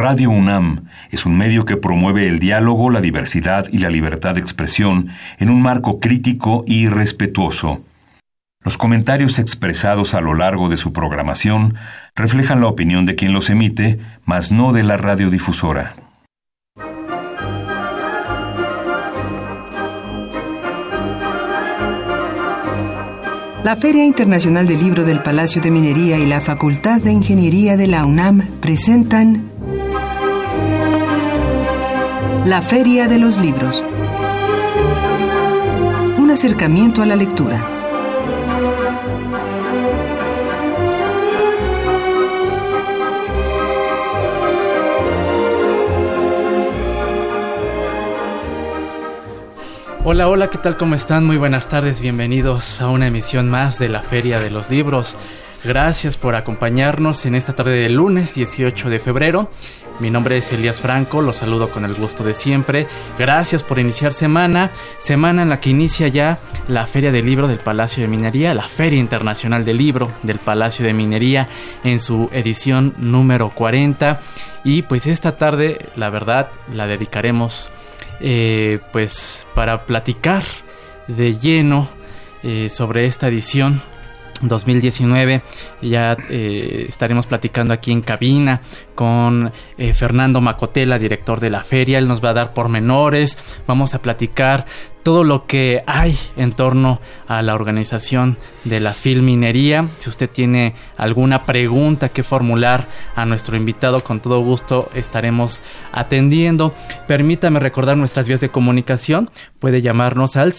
Radio UNAM es un medio que promueve el diálogo, la diversidad y la libertad de expresión en un marco crítico y respetuoso. Los comentarios expresados a lo largo de su programación reflejan la opinión de quien los emite, mas no de la radiodifusora. La Feria Internacional del Libro del Palacio de Minería y la Facultad de Ingeniería de la UNAM presentan La Feria de los Libros. Un acercamiento a la lectura. Hola, hola, ¿qué tal? ¿Cómo están? Muy buenas tardes, bienvenidos a una emisión más de la Feria de los Libros. Gracias por acompañarnos en esta tarde de lunes 18 de febrero. Mi nombre es Elías Franco, los saludo con el gusto de siempre. Gracias por iniciar semana en la que inicia ya la Feria del Libro del Palacio de Minería, la Feria Internacional del Libro del Palacio de Minería en su edición número 40. Y pues esta tarde, la verdad, la dedicaremos pues para platicar de lleno sobre esta edición 2019. Ya estaremos platicando aquí en cabina con Fernando Macotela, director de la feria. Él nos va a dar pormenores, vamos a platicar todo lo que hay en torno a la organización de la Filminería. Si usted tiene alguna pregunta que formular a nuestro invitado, con todo gusto estaremos atendiendo. Permítame recordar nuestras vías de comunicación. Puede llamarnos al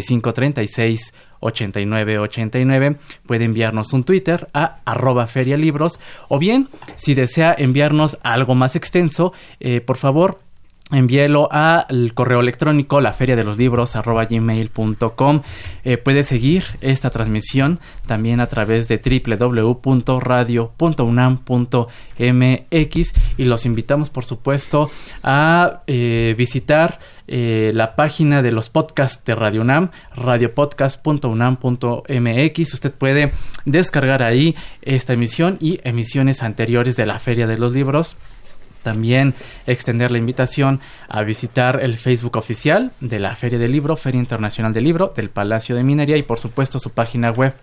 5536-8989, puede enviarnos un Twitter a @ferialibros, o bien, si desea enviarnos algo más extenso, por favor, envíelo al correo electrónico laferiadeloslibros@gmail.com. Puede seguir esta transmisión también a través de www.radio.unam.mx y los invitamos, por supuesto, a visitar la página de los podcasts de Radio UNAM, radiopodcast.unam.mx. Usted puede descargar ahí esta emisión y emisiones anteriores de la Feria de los Libros. También extender la invitación a visitar el Facebook oficial de la Feria del Libro, Feria Internacional del Libro del Palacio de Minería, y por supuesto su página web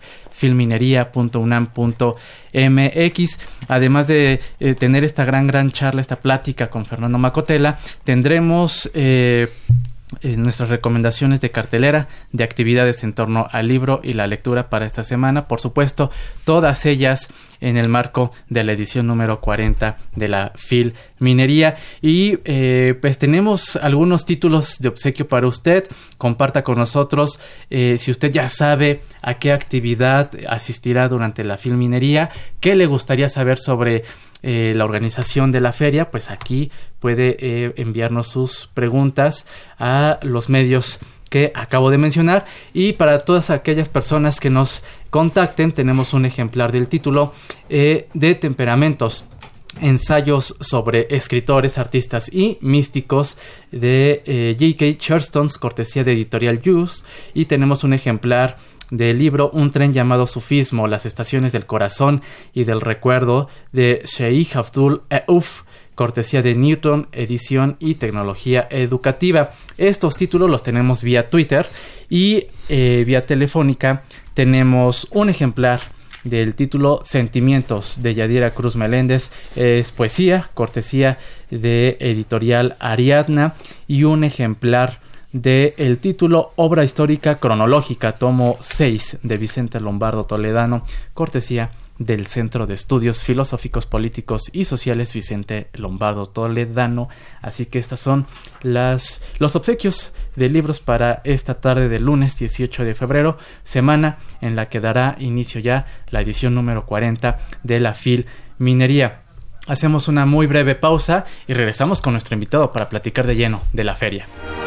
filminería.unam.mx. Además de tener esta gran charla, esta plática con Fernando Macotela, tendremos nuestras recomendaciones de cartelera de actividades en torno al libro y la lectura para esta semana, por supuesto, todas ellas en el marco de la edición número 40 de la Filminería. Y pues tenemos algunos títulos de obsequio para usted. Comparta con nosotros si usted ya sabe a qué actividad asistirá durante la Filminería, qué le gustaría saber sobre la organización de la feria. Pues aquí puede enviarnos sus preguntas a los medios que acabo de mencionar. Y para todas aquellas personas que nos contacten, tenemos un ejemplar del título de Temperamentos, ensayos sobre escritores, artistas y místicos, de J.K. Chesterton, cortesía de Editorial Youth. Y tenemos un ejemplar del libro Un tren llamado Sufismo, las estaciones del corazón y del recuerdo, de Sheikh Abdul Euf, cortesía de Newton, edición y tecnología educativa. Estos títulos los tenemos vía Twitter, y vía telefónica tenemos un ejemplar del título Sentimientos, de Yadira Cruz Meléndez. Es poesía, cortesía de Editorial Ariadna, y un ejemplar de el título Obra Histórica Cronológica, tomo 6, de Vicente Lombardo Toledano, cortesía del Centro de Estudios Filosóficos, Políticos y Sociales Vicente Lombardo Toledano. Así que estas son los obsequios de libros para esta tarde del lunes 18 de febrero, semana en la que dará inicio ya la edición número 40 de la Filminería. Hacemos una muy breve pausa y regresamos con nuestro invitado para platicar de lleno de la feria.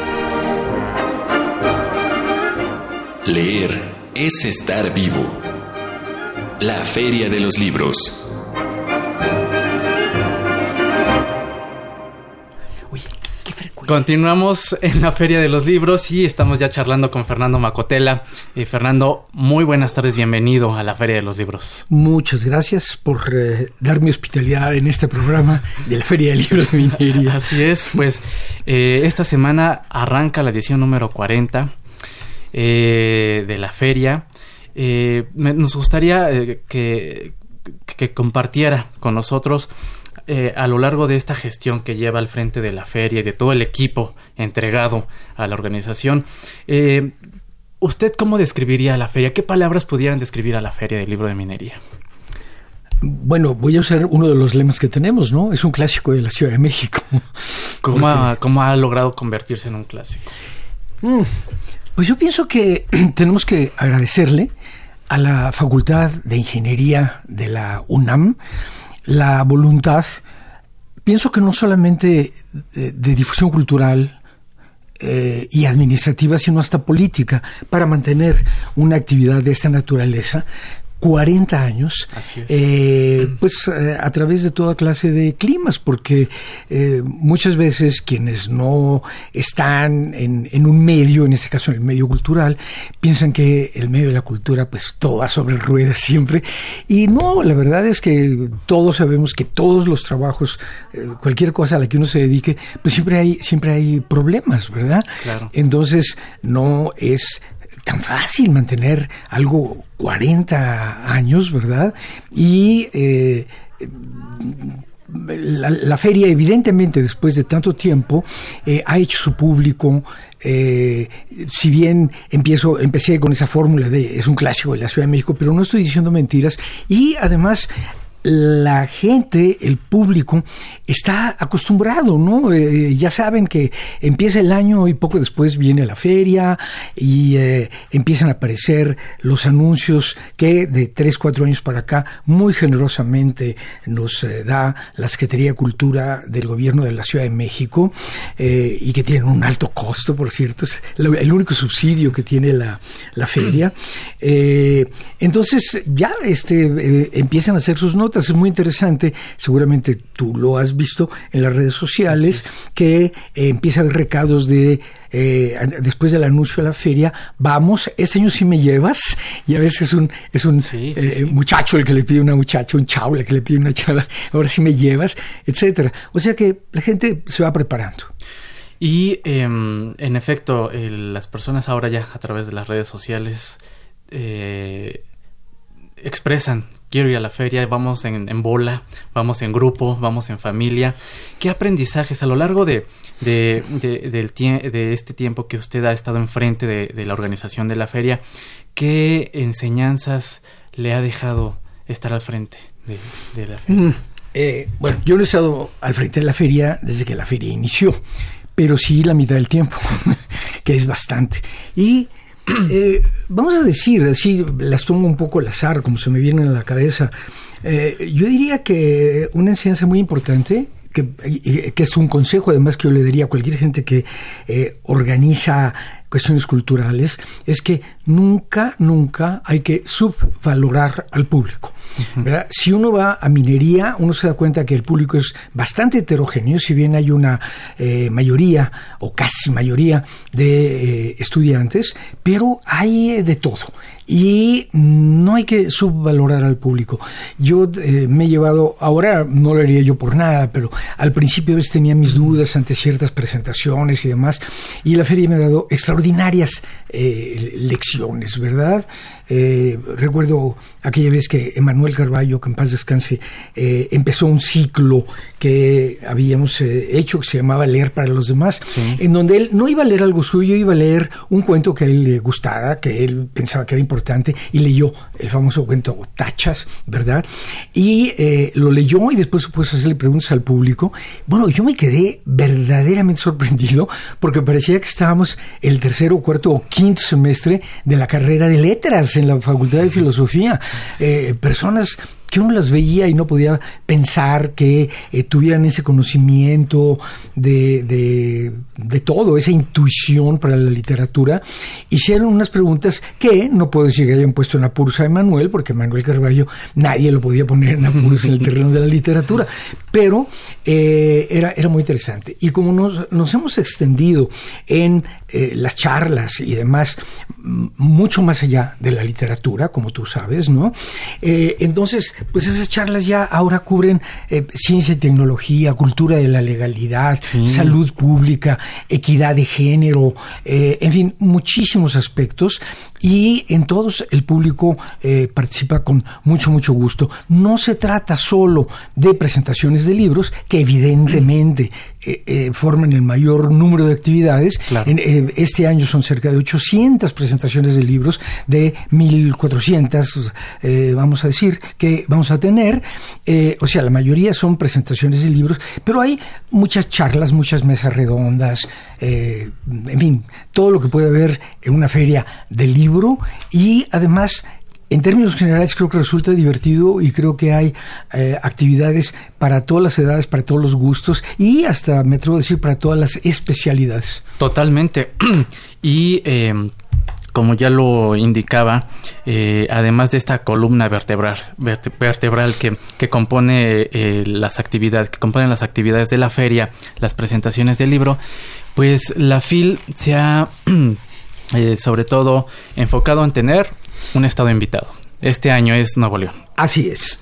Leer es estar vivo. La Feria de los Libros. Oye, ¿qué frecuencia Continuamos en la Feria de los Libros y estamos ya charlando con Fernando Macotela. Fernando, muy buenas tardes, bienvenido a la Feria de los Libros. Muchas gracias por darme hospitalidad en este programa de la Feria de Libros de Minería. Así es, pues esta semana arranca la edición número 40 de la feria. Nos gustaría que compartiera con nosotros a lo largo de esta gestión que lleva al frente de la feria y de todo el equipo entregado a la organización. ¿Usted cómo describiría la feria? ¿Qué palabras pudieran describir a la Feria del Libro de Minería? Bueno, voy a usar uno de los lemas que tenemos, ¿no? Es un clásico de la Ciudad de México. ¿Cómo ha logrado convertirse en un clásico? Pues yo pienso que tenemos que agradecerle a la Facultad de Ingeniería de la UNAM la voluntad, pienso que no solamente de difusión cultural y administrativa, sino hasta política, para mantener una actividad de esta naturaleza. 40 años, pues a través de toda clase de climas, porque muchas veces quienes no están en un medio, en este caso en el medio cultural, piensan que el medio de la cultura pues todo va sobre ruedas siempre, y no, la verdad es que todos sabemos que todos los trabajos, cualquier cosa a la que uno se dedique, pues siempre hay problemas, ¿verdad? Claro. Entonces no es tan fácil mantener algo 40 años, ¿verdad? Y la feria, evidentemente, después de tanto tiempo, ha hecho su público. Si bien empecé con esa fórmula de es un clásico de la Ciudad de México, pero no estoy diciendo mentiras. Y además, la gente, el público, está acostumbrado, ¿no? Ya saben que empieza el año y poco después viene la feria y empiezan a aparecer los anuncios que de 3-4 años para acá muy generosamente nos da la Secretaría de Cultura del Gobierno de la Ciudad de México, y que tienen un alto costo, por cierto, es el único subsidio que tiene la feria. Entonces ya empiezan a hacer sus notas. Es muy interesante, seguramente tú lo has visto en las redes sociales, que empieza a haber recados de después del anuncio de la feria, vamos, este año sí me llevas, y a veces es un muchacho el que le pide a una muchacha, un chavo el que le pide a una chava, ahora sí me llevas, etcétera. O sea que la gente se va preparando. Y en efecto, las personas ahora ya a través de las redes sociales expresan: quiero ir a la feria, vamos en bola, vamos en grupo, vamos en familia. ¿Qué aprendizajes a lo largo de este tiempo que usted ha estado enfrente de la organización de la feria, qué enseñanzas le ha dejado estar al frente de la feria? Bueno, yo no he estado al frente de la feria desde que la feria inició, pero sí la mitad del tiempo, que es bastante. Y vamos a decir, así las tomo un poco al azar, como se me vienen a la cabeza. Yo diría que una enseñanza muy importante, que es un consejo además que yo le daría a cualquier gente que organiza cuestiones culturales, es que nunca hay que subvalorar al público, ¿verdad? Si uno va a minería, uno se da cuenta que el público es bastante heterogéneo, si bien hay una mayoría o casi mayoría de estudiantes, pero hay de todo. Y no hay que subvalorar al público. Yo me he llevado, ahora no lo haría yo por nada, pero al principio a veces tenía mis dudas ante ciertas presentaciones y demás, y la feria me ha dado extraordinarias lecciones, ¿verdad? Recuerdo aquella vez que Emanuel Carballo, que en paz descanse, empezó un ciclo que habíamos hecho que se llamaba Leer para los demás, sí, en donde él no iba a leer algo suyo, iba a leer un cuento que a él le gustara, que él pensaba que era importante, y leyó el famoso cuento Tachas, ¿verdad? Y lo leyó y después se puso a hacerle preguntas al público. Bueno, yo me quedé verdaderamente sorprendido porque parecía que estábamos el tercero, cuarto o quinto semestre de la carrera de letras en la Facultad de Filosofía. Personas que uno las veía y no podía pensar que tuvieran ese conocimiento de todo, esa intuición para la literatura. Hicieron unas preguntas que no puedo decir que hayan puesto en apuros a Emanuel, porque Manuel Carballo nadie lo podía poner en apuros en el terreno de la literatura, pero era muy interesante. Y como nos hemos extendido en las charlas y demás, mucho más allá de la literatura, como tú sabes, ¿no? Entonces, pues esas charlas ya ahora cubren ciencia y tecnología, cultura de la legalidad, salud pública, equidad de género, en fin, muchísimos aspectos, y en todos el público participa con mucho gusto. No se trata solo de presentaciones de libros, que evidentemente forman el mayor número de actividades. Claro. Este año son cerca de 800 presentaciones de libros, de 1,400, vamos a decir, que vamos a tener. O sea, la mayoría son presentaciones de libros, pero hay muchas charlas, muchas mesas redondas, en fin, todo lo que puede haber en una feria del libro. Y además, en términos generales, creo que resulta divertido, y creo que hay actividades para todas las edades, para todos los gustos, y hasta, me atrevo a decir, para todas las especialidades. Totalmente. Y como ya lo indicaba, además de esta columna vertebral que compone las actividades de la feria, las presentaciones del libro, pues la FIL se ha sobre todo enfocado en tener un estado invitado. Este año es Nuevo León. Así es.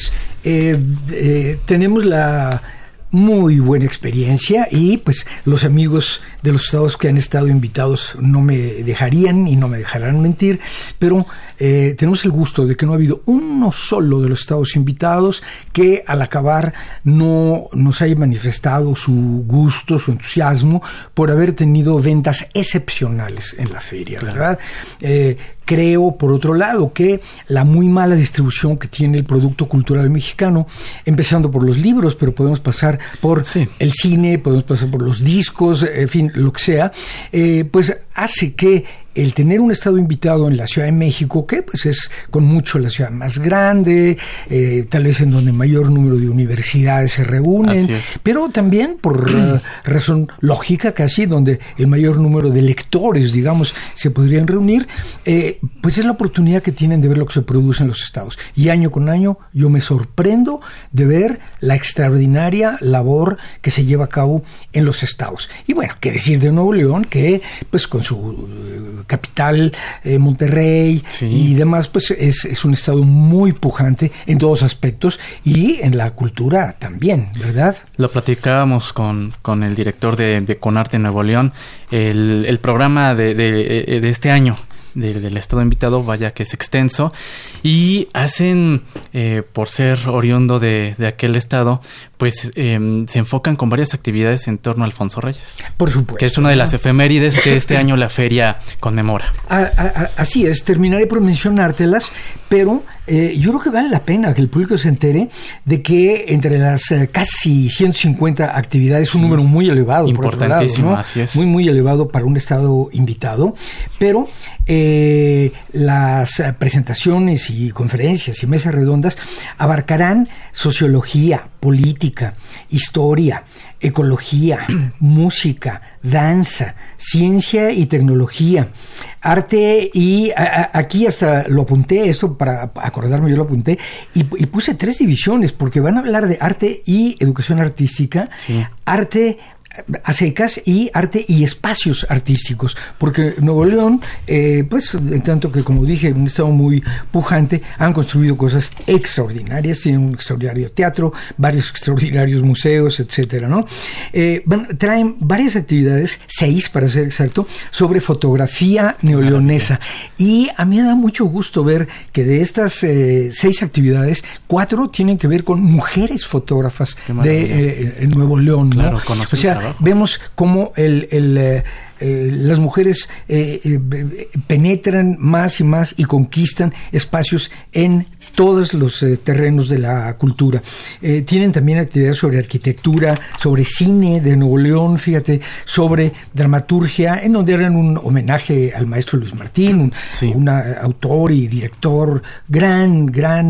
Tenemos la muy buena experiencia, y pues los amigos de los estados que han estado invitados no me dejarían y no me dejarán mentir, pero tenemos el gusto de que no ha habido uno solo de los estados invitados que al acabar no nos haya manifestado su gusto, su entusiasmo por haber tenido ventas excepcionales en la feria, ¿verdad? Creo, por otro lado, que la muy mala distribución que tiene el producto cultural mexicano, empezando por los libros, pero podemos pasar por el cine, podemos pasar por los discos, en fin, lo que sea, pues hace que el tener un estado invitado en la Ciudad de México, que pues es con mucho la ciudad más grande, tal vez en donde mayor número de universidades se reúnen, pero también por razón lógica casi, donde el mayor número de lectores, digamos, se podrían reunir, pues es la oportunidad que tienen de ver lo que se produce en los estados. Y año con año yo me sorprendo de ver la extraordinaria labor que se lleva a cabo en los estados. Y bueno, qué decir de Nuevo León, que pues con su capital, Monterrey y demás, pues es un estado muy pujante en todos aspectos, y en la cultura también, ¿verdad? Lo platicábamos con el director de Conarte Nuevo León, el programa de este año del estado invitado, vaya que es extenso, y hacen, por ser oriundo de aquel estado, pues se enfocan con varias actividades en torno a Alfonso Reyes. Por supuesto. Que es una de las efemérides que este año la feria conmemora. Así es, terminaré por mencionártelas, pero yo creo que vale la pena que el público se entere de que entre las casi 150 actividades, un número muy elevado, importantísimo, por otro lado, ¿no? Así es. Muy elevado para un estado invitado, pero las presentaciones y conferencias y mesas redondas abarcarán sociología, política, historia, ecología, música, danza, ciencia y tecnología, arte, y aquí hasta lo apunté, esto para acordarme, yo lo apunté, y puse 3 divisiones, porque van a hablar de arte y educación artística, arte a secas y arte y espacios artísticos, porque Nuevo León, pues en tanto que, como dije, un estado muy pujante, han construido cosas extraordinarias, tienen un extraordinario teatro, varios extraordinarios museos, etcétera, ¿no? Traen varias actividades, 6 para ser exacto, sobre fotografía neoleonesa, y a mí me da mucho gusto ver que de estas 6 actividades, 4 tienen que ver con mujeres fotógrafas de Nuevo León, ¿no? Claro, o sea, vemos cómo las mujeres penetran más y más y conquistan espacios en todos los terrenos de la cultura. Tienen también actividades sobre arquitectura, sobre cine de Nuevo León, fíjate, sobre dramaturgia, en donde eran un homenaje al maestro Luis Martín, un autor y director, gran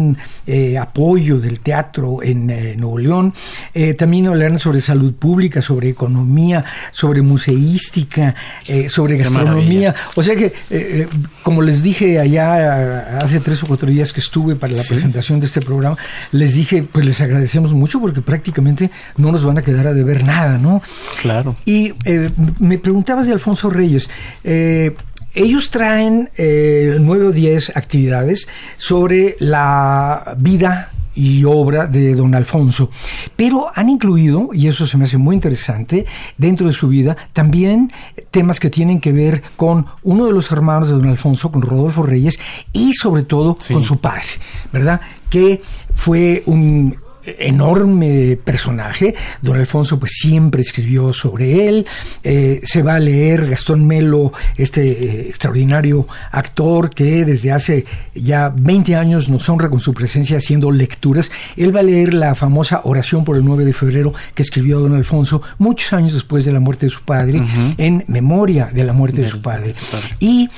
apoyo del teatro en Nuevo León. También hablaron sobre salud pública, sobre economía, sobre museística, sobre gastronomía. O sea que, como les dije allá hace 3 o 4 días que estuve para la presentación de este programa, les dije, pues les agradecemos mucho porque prácticamente no nos van a quedar a deber nada, ¿no? Claro. Y me preguntabas de Alfonso Reyes. Ellos traen 9 o 10 actividades sobre la vida y obra de don Alfonso, pero han incluido, y eso se me hace muy interesante, dentro de su vida, también temas que tienen que ver con uno de los hermanos de don Alfonso, con Rodolfo Reyes, y sobre todo con su padre, ¿verdad? Que fue un enorme personaje. Don Alfonso pues siempre escribió sobre él. Se va a leer Gastón Melo, extraordinario actor que desde hace ya 20 años nos honra con su presencia haciendo lecturas. Él va a leer la famosa oración por el 9 de febrero que escribió don Alfonso muchos años después de la muerte de su padre, en memoria de la muerte de su padre. Y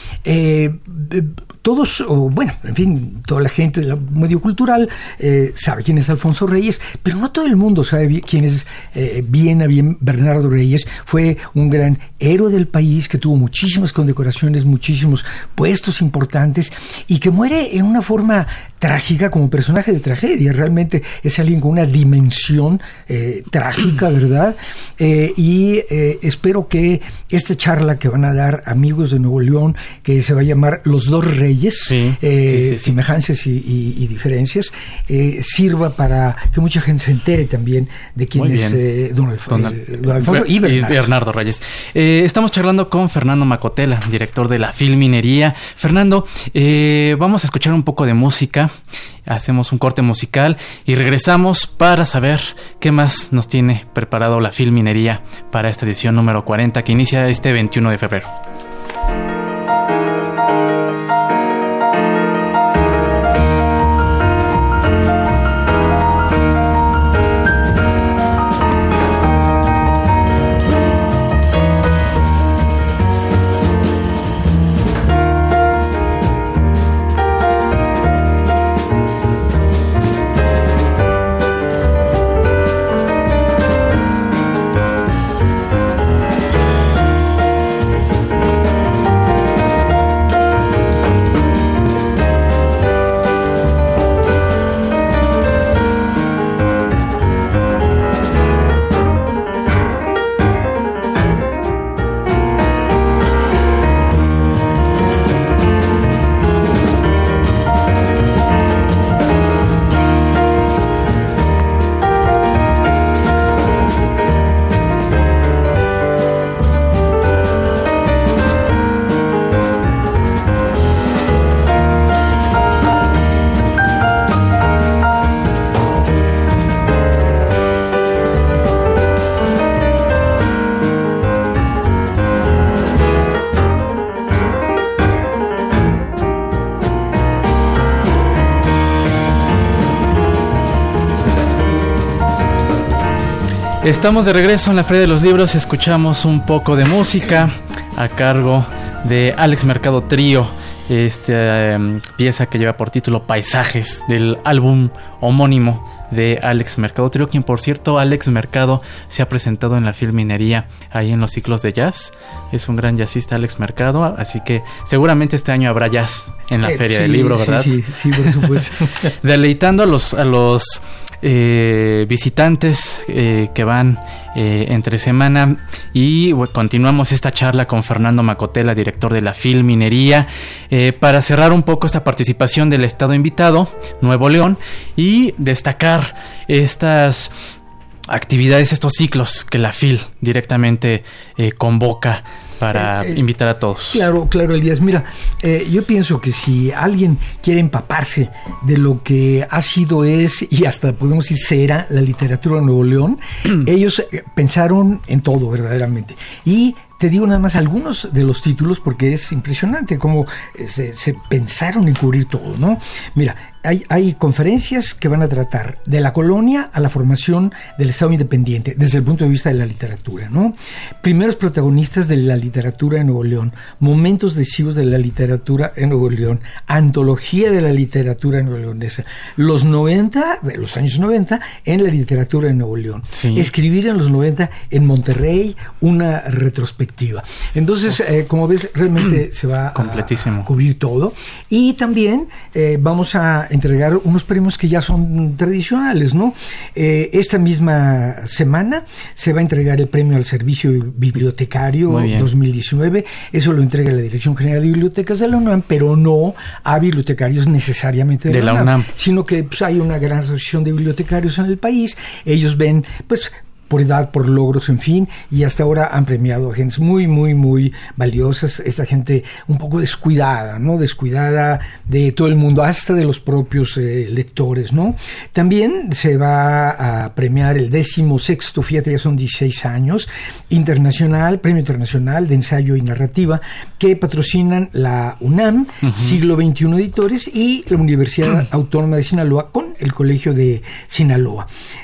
todos, bueno, en fin, toda la gente del medio cultural sabe quién es Alfonso Reyes, pero no todo el mundo sabe quién es bien Bernardo Reyes. Fue un gran héroe del país que tuvo muchísimas condecoraciones, muchísimos puestos importantes y que muere en una forma trágica, como personaje de tragedia. Realmente es alguien con una dimensión trágica, ¿verdad? Y espero que esta charla que van a dar amigos de Nuevo León, que se va a llamar Los Dos Reyes, semejanzas y diferencias, sirva para que mucha gente se entere también de quién es don Alfonso y Bernardo Reyes. Estamos charlando con Fernando Macotela, director de la Filminería. Fernando, vamos a escuchar un poco de música, hacemos un corte musical y regresamos para saber qué más nos tiene preparado la Filminería para esta edición número 40 que inicia este 21 de febrero. Estamos de regreso en la Feria de los Libros. Escuchamos un poco de música a cargo de Alex Mercado Trío, pieza que lleva por título Paisajes, del álbum homónimo de Alex Mercado Trío, quien por cierto Alex Mercado se ha presentado en la Filminería ahí en los ciclos de jazz. Es un gran jazzista Alex Mercado, así que seguramente este año habrá jazz en la Feria del Libro, ¿verdad? Sí, por supuesto. Deleitando a los visitantes que van entre semana. Y continuamos esta charla con Fernando Macotela, director de la Filminería, para cerrar un poco esta participación del estado invitado, Nuevo León, y destacar estas actividades, estos ciclos que la FIL directamente convoca para invitar a todos. Claro, Elías. Mira, yo pienso que si alguien quiere empaparse de lo que ha sido, es y hasta podemos decir será la literatura de Nuevo León, ellos pensaron en todo verdaderamente. Y te digo nada más algunos de los títulos porque es impresionante cómo se pensaron en cubrir todo, ¿no? Mira, hay conferencias que van a tratar de la colonia a la formación del Estado independiente desde el punto de vista de la literatura, ¿no? Primeros protagonistas de la literatura en Nuevo León, momentos decisivos de la literatura en Nuevo León, antología de la literatura neoleonesa, los años 90 en la literatura de Nuevo León, escribir en los 90 en Monterrey, una retrospectiva. Entonces, como ves, realmente se va a cubrir todo. Y también vamos a entregar unos premios que ya son tradicionales, ¿no? Esta misma semana se va a entregar el premio al servicio bibliotecario 2019. Eso lo entrega la Dirección General de Bibliotecas de la UNAM, pero no a bibliotecarios necesariamente de la UNAM, sino que pues, hay una gran asociación de bibliotecarios en el país. Ellos ven, pues, por edad, por logros, en fin, y hasta ahora han premiado a gente muy, muy, muy valiosas, esa gente un poco descuidada, ¿no? Descuidada de todo el mundo, hasta de los propios lectores, ¿no? También se va a premiar el 16º, fíjate, ya son 16 años, Premio Internacional de Ensayo y Narrativa, que patrocinan la UNAM, Siglo XXI Editores y la Universidad Autónoma de Sinaloa con el Colegio de Sinaloa.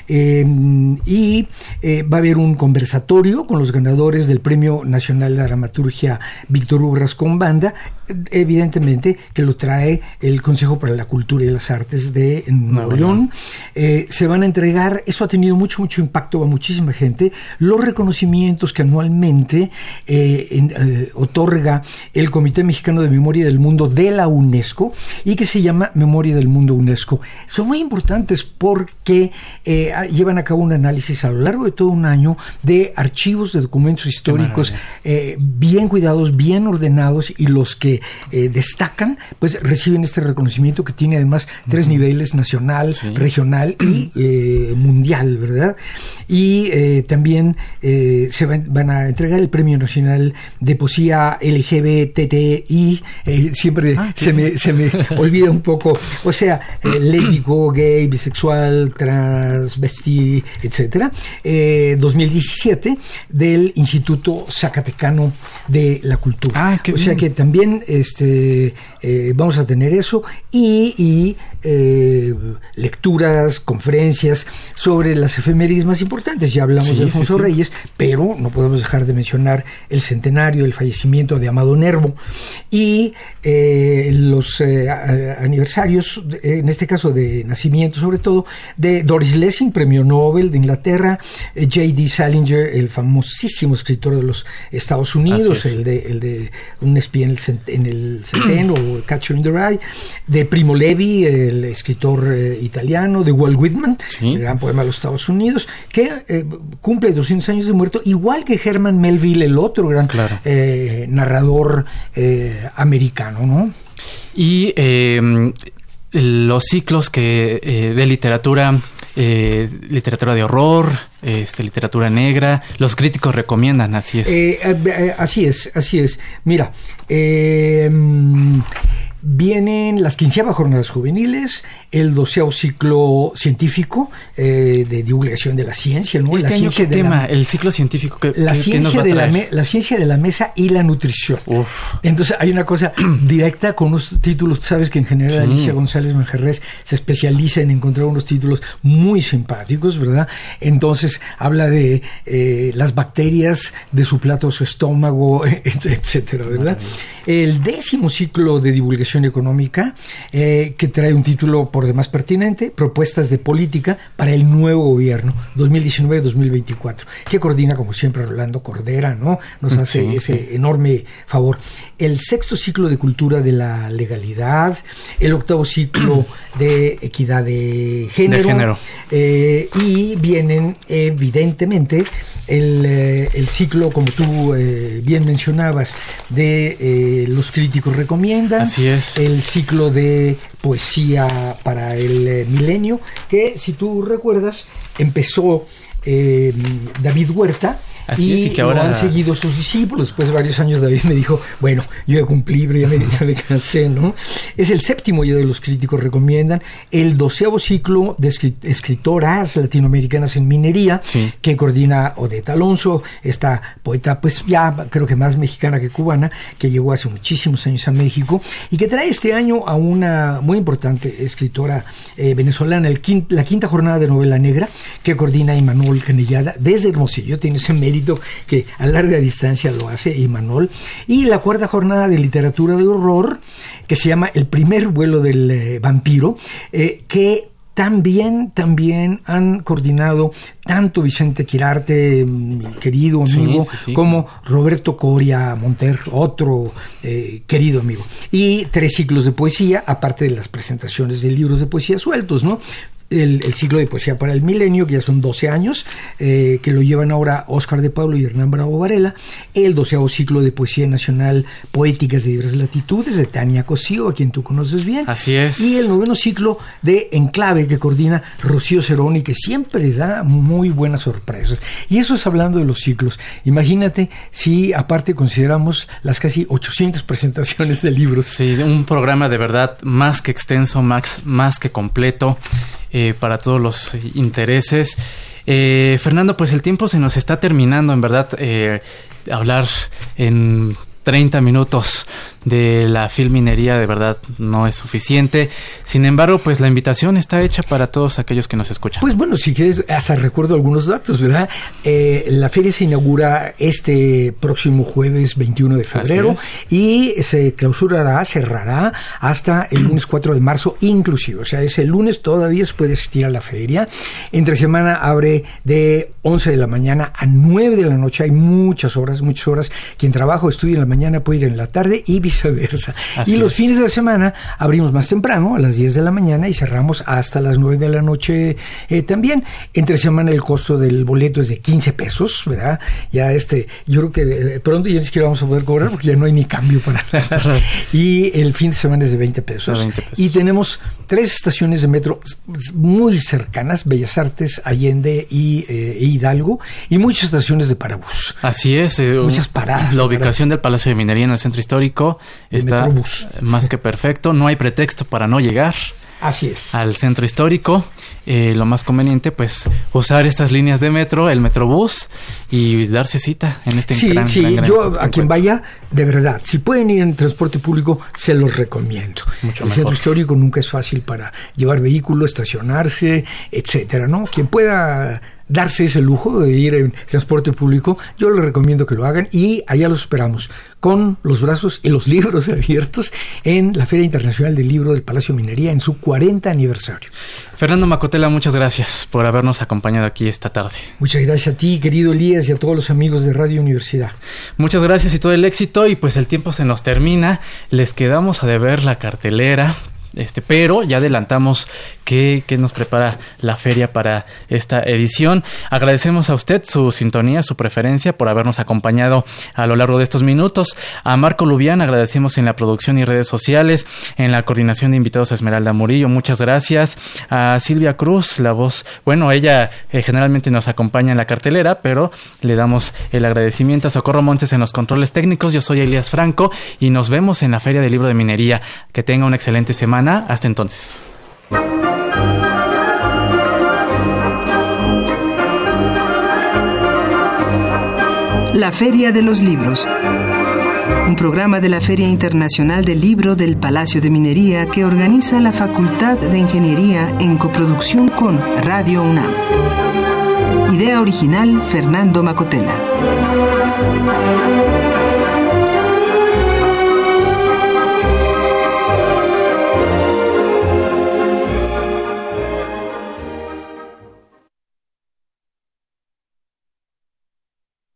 Va a haber un conversatorio con los ganadores del Premio Nacional de Dramaturgia Víctor Hugo Rascón Banda, evidentemente que lo trae el Consejo para la Cultura y las Artes de Nuevo León. Se van a entregar, esto ha tenido mucho impacto a muchísima gente, los reconocimientos que anualmente otorga el Comité Mexicano de Memoria del Mundo de la UNESCO y que se llama Memoria del Mundo UNESCO. Son muy importantes porque llevan a cabo un análisis a lo largo de todo un año de archivos, de documentos históricos bien cuidados, bien ordenados, y los que destacan pues reciben este reconocimiento que tiene además 3 niveles: nacional, regional y mundial, ¿verdad? Y también van a entregar el Premio Nacional de Poesía LGBTI, siempre se me olvida un poco, o sea, lésbico, gay, bisexual, transvesti, etcétera, 2017 del Instituto Zacatecano de la Cultura. O sea que también vamos a tener eso y lecturas, conferencias sobre las efemérides más importantes. Ya hablamos de Alfonso Reyes, pero no podemos dejar de mencionar el centenario del fallecimiento de Amado Nervo y los aniversarios, en este caso de nacimiento sobre todo, de Doris Lessing, premio Nobel de Inglaterra, J.D. Salinger, el famosísimo escritor de los Estados Unidos, el de Un espía en el Centeno o Catcher in the Rye, de Primo Levi, el escritor italiano, de Walt Whitman, el gran poema de los Estados Unidos, que cumple 200 años de muerto, igual que Herman Melville, el otro gran narrador americano, ¿no? Y los ciclos de literatura de horror, literatura negra, los críticos recomiendan, así es. Así es. Mira, vienen las 15ª jornadas juveniles, el 12º ciclo científico de divulgación de la ciencia, ¿no? ¿Este año qué tema? El ciclo científico que la ciencia de la mesa y la nutrición. Entonces hay una cosa directa con unos títulos. Tú sabes que en general Alicia González Manjarrés se especializa en encontrar unos títulos muy simpáticos, ¿verdad? Entonces habla de las bacterias de su plato, su estómago, etcétera, ¿verdad? El 10º ciclo de divulgación económica, que trae un título por demás pertinente: Propuestas de política para el nuevo gobierno 2019-2024, que coordina como siempre Rolando Cordera, ¿no? Nos hace ese enorme favor. El 6º ciclo de cultura de la legalidad, el 8º ciclo de equidad de género. Y vienen evidentemente el ciclo, como tú bien mencionabas, de los críticos recomiendan. Así es. El ciclo de poesía para el milenio, que si tú recuerdas empezó David Huerta Así es, y que ahora lo han seguido sus discípulos. Después de varios años David me dijo, bueno, yo ya cumplí, pero ya me cansé, ¿no? Es el 7º ya de los críticos recomiendan, el 12º ciclo de escritoras latinoamericanas en minería, sí, que coordina Odette Alonso, esta poeta, pues ya creo que más mexicana que cubana, que llegó hace muchísimos años a México y que trae este año a una muy importante escritora venezolana, la quinta jornada de novela negra, que coordina Imanol Canellada desde Hermosillo. Tiene ese mérito que a larga distancia lo hace Imanol. Y la 4ª jornada de literatura de horror, que se llama El primer vuelo del vampiro, que también han coordinado tanto Vicente Quirarte, mi querido amigo, sí, como Roberto Coria Monter, otro querido amigo. Y 3 ciclos de poesía, aparte de las presentaciones de libros de poesía sueltos, ¿no? El ciclo de poesía para el milenio, que ya son 12 años, que lo llevan ahora Óscar de Pablo y Hernán Bravo Varela. El 12º ciclo de poesía nacional, poéticas de diversas latitudes, de Tania Cosío, a quien tú conoces bien. Así es. Y el 9º ciclo de Enclave, que coordina Rocío Cerón y que siempre da muy buenas sorpresas. Y eso es hablando de los ciclos. Imagínate si aparte consideramos las casi 800 presentaciones de libros. Sí, un programa de verdad más que extenso, más que completo. Para todos los intereses. Fernando, pues el tiempo se nos está terminando, en verdad. Hablar en 30 minutos de la filminería de verdad no es suficiente. Sin embargo, pues la invitación está hecha para todos aquellos que nos escuchan. Pues bueno, si quieres, hasta recuerdo algunos datos, ¿verdad? La feria se inaugura este próximo jueves 21 de febrero y se cerrará hasta el lunes 4 de marzo inclusive. O sea, ese lunes todavía se puede asistir a la feria. Entre semana abre de 11 de la mañana a 9 de la noche. Hay muchas horas. Quien trabaja o estudia en la mañana puede ir en la tarde y viceversa. Y los fines de semana abrimos más temprano, a las 10 de la mañana, y cerramos hasta las 9 de la noche también. Entre semana el costo del boleto es de 15 pesos, ¿verdad? Ya yo creo que pronto ya ni siquiera vamos a poder cobrar porque ya no hay ni cambio para nada. Y el fin de semana es de 20 pesos. Y tenemos 3 estaciones de metro muy cercanas, Bellas Artes, Allende e Hidalgo, y muchas estaciones de parabús. Así es. Muchas paradas. La ubicación del Palacio de Minería en el centro histórico está más que perfecto. No hay pretexto para no llegar. Así es. Al centro histórico. Lo más conveniente, pues, usar estas líneas de metro, el Metrobús, y darse cita en este gran yo a quien vaya, de verdad, si pueden ir en transporte público, se los recomiendo. El centro histórico nunca es fácil para llevar vehículo, estacionarse, etcétera, ¿no? Quien pueda darse ese lujo de ir en transporte público, yo les recomiendo que lo hagan, y allá los esperamos con los brazos y los libros abiertos en la Feria Internacional del Libro del Palacio de Minería en su 40 aniversario. Fernando Macotela, muchas gracias por habernos acompañado aquí esta tarde. Muchas gracias a ti, querido Elías, y a todos los amigos de Radio Universidad. Muchas gracias y todo el éxito, y pues el tiempo se nos termina. Les quedamos a deber la cartelera, pero ya adelantamos que nos prepara la feria para esta edición. Agradecemos a usted su sintonía, su preferencia por habernos acompañado a lo largo de estos minutos. A Marco Lubián agradecemos en la producción y redes sociales, en la coordinación de invitados a Esmeralda Murillo, muchas gracias. A Silvia Cruz, la voz, ella generalmente nos acompaña en la cartelera, pero le damos el agradecimiento a Socorro Montes en los controles técnicos. Yo soy Elías Franco y nos vemos en la Feria del Libro de Minería. Que tenga una excelente semana. Hasta entonces. La Feria de los Libros. Un programa de la Feria Internacional del Libro del Palacio de Minería que organiza la Facultad de Ingeniería en coproducción con Radio UNAM. Idea original, Fernando Macotela.